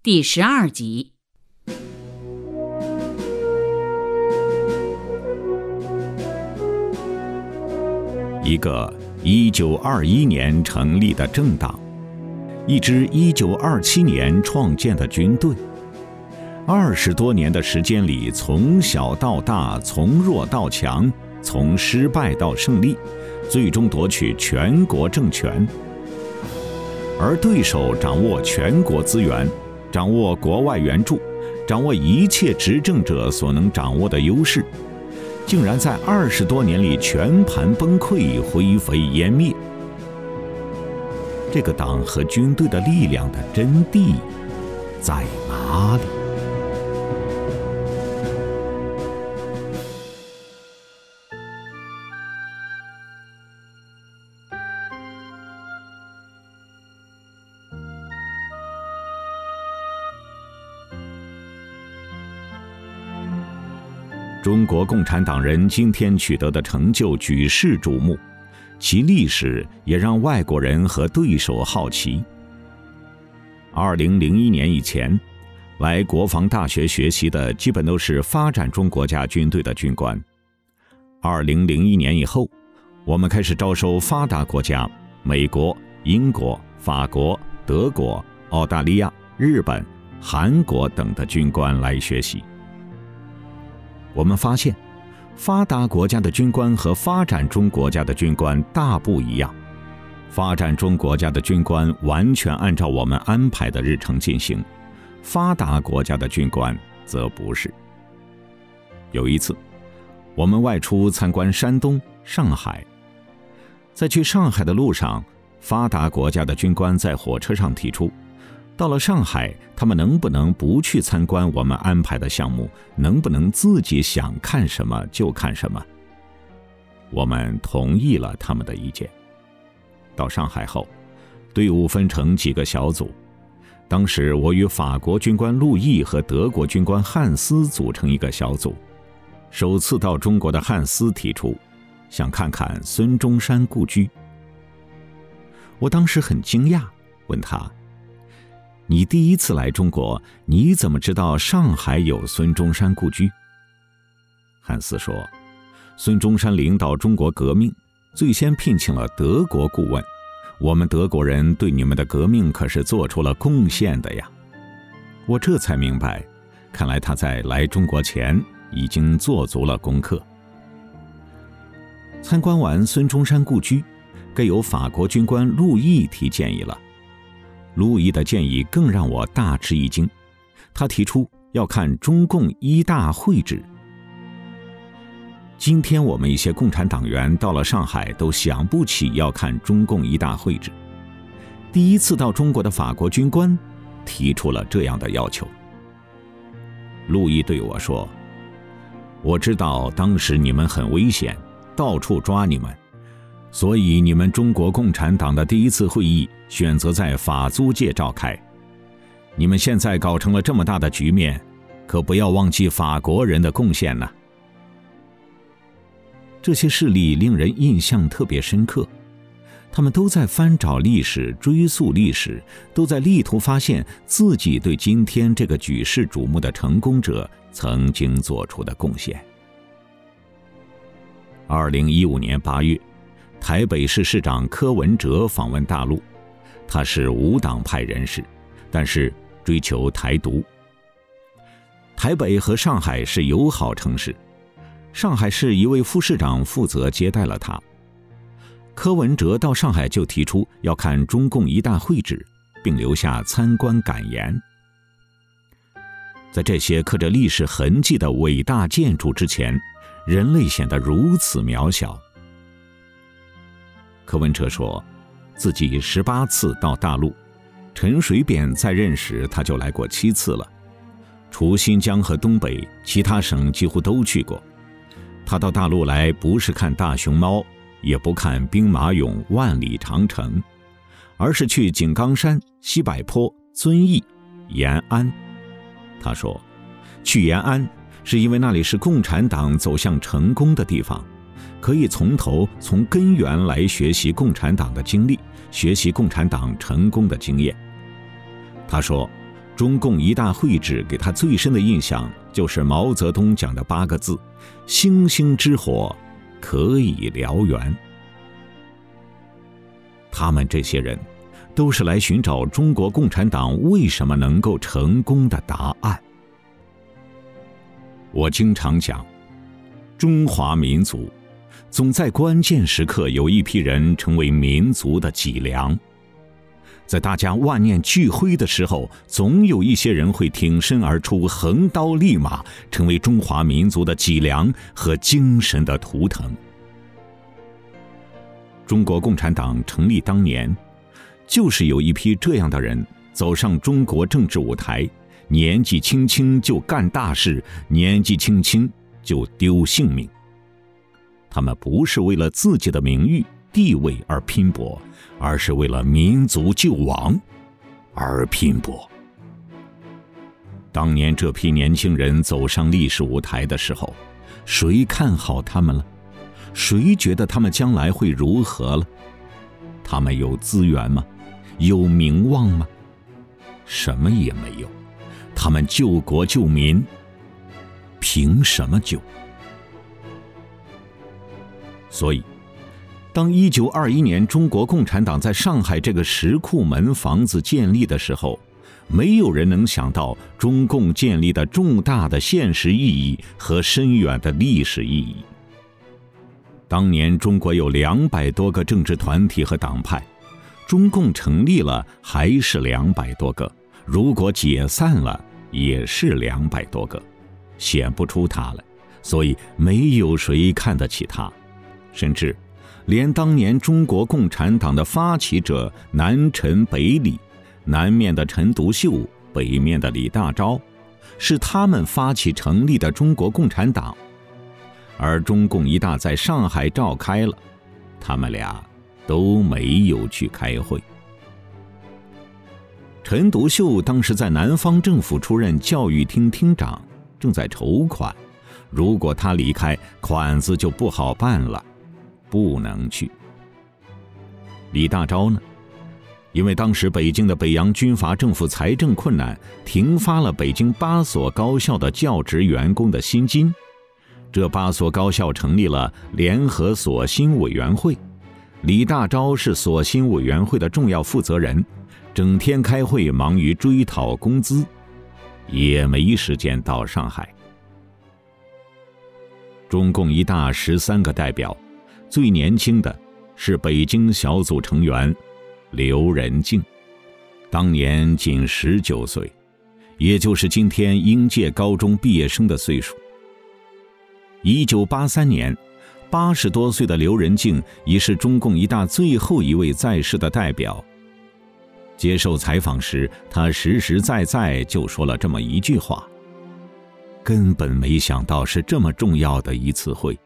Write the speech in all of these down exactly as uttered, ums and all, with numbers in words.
第十二集。 一个一九二一年成立的政党，一支一九二七年创建的军队，二十多年的时间里，从小到大，从弱到强，从失败到胜利，最终夺取全国政权。而对手掌握全国资源，掌握国外援助，掌握一切执政者所能掌握的优势，竟然在二十多年里全盘崩溃，灰飞烟灭。这个党和军队的力量的真谛在哪里？中国共产党人今天取得的成就举世瞩目，其历史也让外国人和对手好奇。二零零一年以前，来国防大学学习的基本都是发展中国家军队的军官。二零零一年以后，我们开始招收发达国家美国、英国、法国、德国、澳大利亚、日本、韩国等的军官来学习。我们发现，发达国家的军官和发展中国家的军官大不一样。发展中国家的军官完全按照我们安排的日程进行，发达国家的军官则不是。有一次，我们外出参观山东、上海，在去上海的路上，发达国家的军官在火车上提出，到了上海，他们能不能不去参观我们安排的项目，能不能自己想看什么就看什么？我们同意了他们的意见。到上海后，队伍分成几个小组。当时我与法国军官路易和德国军官汉斯组成一个小组。首次到中国的汉斯提出，想看看孙中山故居。我当时很惊讶，问他，你第一次来中国，你怎么知道上海有孙中山故居？汉斯说，孙中山领导中国革命，最先聘请了德国顾问，我们德国人对你们的革命可是做出了贡献的呀。我这才明白，看来他在来中国前已经做足了功课。参观完孙中山故居，该由法国军官路易提建议了。路易的建议更让我大吃一惊，他提出要看中共一大会址。今天我们一些共产党员到了上海都想不起要看中共一大会址，第一次到中国的法国军官提出了这样的要求。路易对我说，我知道当时你们很危险，到处抓你们，所以你们中国共产党的第一次会议选择在法租界召开。你们现在搞成了这么大的局面，可不要忘记法国人的贡献呢。这些事例令人印象特别深刻，他们都在翻找历史，追溯历史，都在力图发现自己对今天这个举世瞩目的成功者曾经做出的贡献。二零一五年八月，台北市市长柯文哲访问大陆，他是无党派人士，但是追求台独。台北和上海是友好城市，上海市一位副市长负责接待了他。柯文哲到上海就提出要看中共一大会址，并留下参观感言。在这些刻着历史痕迹的伟大建筑之前，人类显得如此渺小。柯文哲说，自己十八次到大陆，陈水扁在任时他就来过七次了，除新疆和东北，其他省几乎都去过。他到大陆来不是看大熊猫，也不看兵马俑、万里长城，而是去井冈山、西柏坡、遵义、延安。他说，去延安是因为那里是共产党走向成功的地方，可以从头从根源来学习共产党的经历，学习共产党成功的经验。他说， 中共一大会址给他最深的印象就是毛泽东讲的八个字：星星之火可以燎原。他们这些人都是来寻找中国共产党为什么能够成功的答案。我经常讲，中华民族总在关键时刻有一批人成为民族的脊梁，在大家万念俱灰的时候，总有一些人会挺身而出，横刀立马，成为中华民族的脊梁和精神的图腾。中国共产党成立当年，就是有一批这样的人走上中国政治舞台，年纪轻轻就干大事，年纪轻轻就丢性命。他们不是为了自己的名誉地位而拼搏，而是为了民族救亡而拼搏。当年这批年轻人走上历史舞台的时候，谁看好他们了？谁觉得他们将来会如何了？他们有资源吗？有名望吗？什么也没有。他们救国救民，凭什么救？所以当一九二一年中国共产党在上海这个石库门房子建立的时候，没有人能想到中共建立的重大的现实意义和深远的历史意义。当年中国有两百多个政治团体和党派，中共成立了还是两百多个，如果解散了也是两百多个，显不出他来，所以没有谁看得起他。甚至连当年中国共产党的发起者南陈北李，南面的陈独秀，北面的李大钊，是他们发起成立的中国共产党。而中共一大在上海召开了，他们俩都没有去开会。陈独秀当时在南方政府出任教育厅厅长，正在筹款，如果他离开，款子就不好办了，不能去。李大钊呢，因为当时北京的北洋军阀政府财政困难，停发了北京八所高校的教职员工的薪金。这八所高校成立了联合索薪委员会，李大钊是索薪委员会的重要负责人，整天开会忙于追讨工资，也没时间到上海。中共一大十三个代表，最年轻的是北京小组成员刘仁静，当年仅十九岁，也就是今天应届高中毕业生的岁数。一九八三年，八十多岁的刘仁静已是中共一大最后一位在世的代表。接受采访时，他实实在在就说了这么一句话：根本没想到是这么重要的一次会。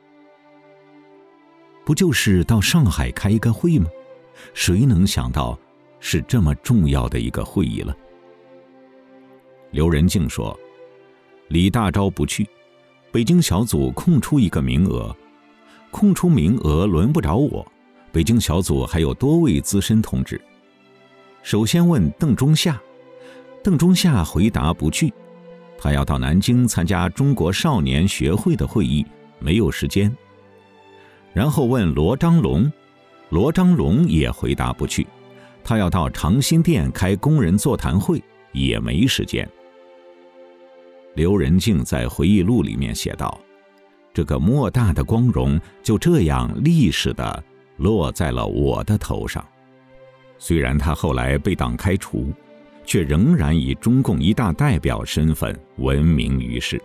不就是到上海开一个会吗？谁能想到是这么重要的一个会议了？刘仁静说，李大钊不去，北京小组空出一个名额，空出名额轮不着我，北京小组还有多位资深同志。首先问邓中夏，邓中夏回答不去，他要到南京参加中国少年学会的会议，没有时间。然后问罗章龙，罗章龙也回答不去，他要到长辛店开工人座谈会，也没时间。刘仁静在回忆录里面写道，这个莫大的光荣就这样历史的落在了我的头上。虽然他后来被党开除，却仍然以中共一大代表身份闻名于世。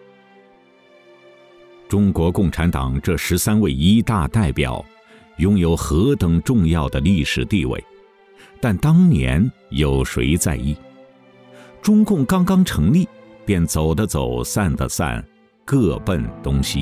中国共产党这十三位一大代表拥有何等重要的历史地位，但当年有谁在意？中共刚刚成立，便走的走，散的散，各奔东西。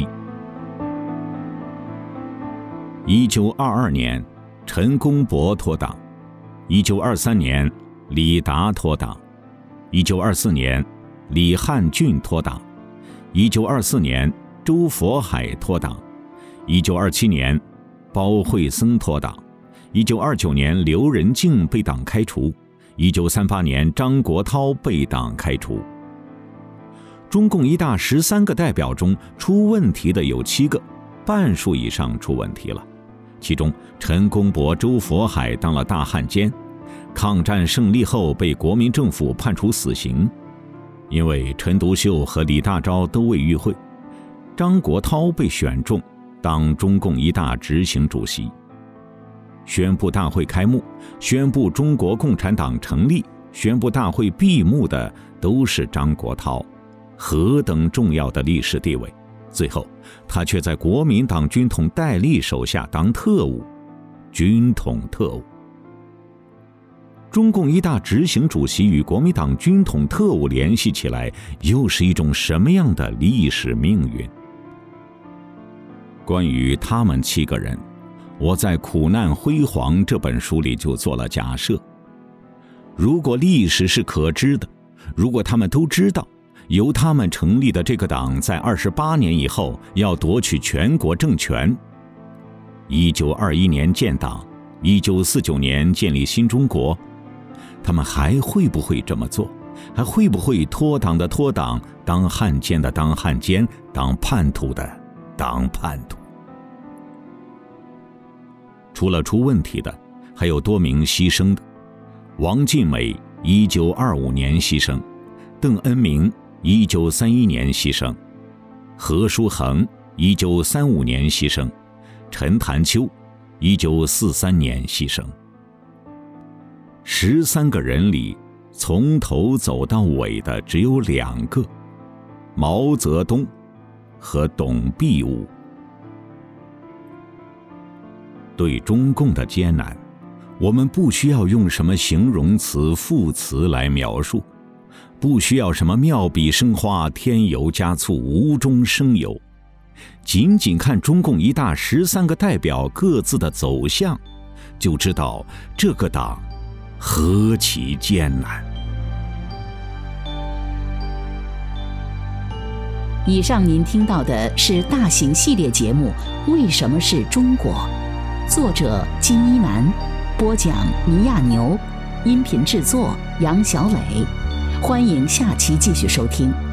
一九二二年，陈公博脱党；一九二三年，李达脱党；一九二四年，李汉俊脱党；一九二四年，周佛海脱党；一九二七年，包惠僧脱党；一九二九年，刘仁静被党开除； 一九三八年，张国焘被党开除。中共一大十三个代表中，出问题的有七个，半数以上出问题了。其中，陈公博、周佛海当了大汉奸，抗战胜利后被国民政府判处死刑。因为陈独秀和李大钊都未与会，张国焘被选中当中共一大执行主席。宣布大会开幕，宣布中国共产党成立，宣布大会闭幕的都是张国焘，何等重要的历史地位！最后，他却在国民党军统戴笠手下当特务，军统特务。中共一大执行主席与国民党军统特务联系起来，又是一种什么样的历史命运？关于他们七个人，我在《苦难辉煌》这本书里就做了假设。如果历史是可知的，如果他们都知道由他们成立的这个党在二十八年以后要夺取全国政权，一九二一年建党，一九四九年建立新中国，他们还会不会这么做？还会不会脱党的脱党，当汉奸的当汉奸，当叛徒的当叛徒？除了出问题的，还有多名牺牲的。王尽美一九二五年牺牲，邓恩铭一九三一年牺牲，何书衡一九三五年牺牲，陈潭秋一九四三年牺牲。十三个人里，从头走到尾的只有两个，毛泽东和董必武。对中共的艰难，我们不需要用什么形容词、副词来描述，不需要什么妙笔生花、添油加醋、无中生有，仅仅看中共一大十三个代表各自的走向，就知道这个党何其艰难。 以上您听到的是大型系列节目《为什么是中国》，作者金一南，播讲倪亚牛，音频制作杨小磊。欢迎下期继续收听。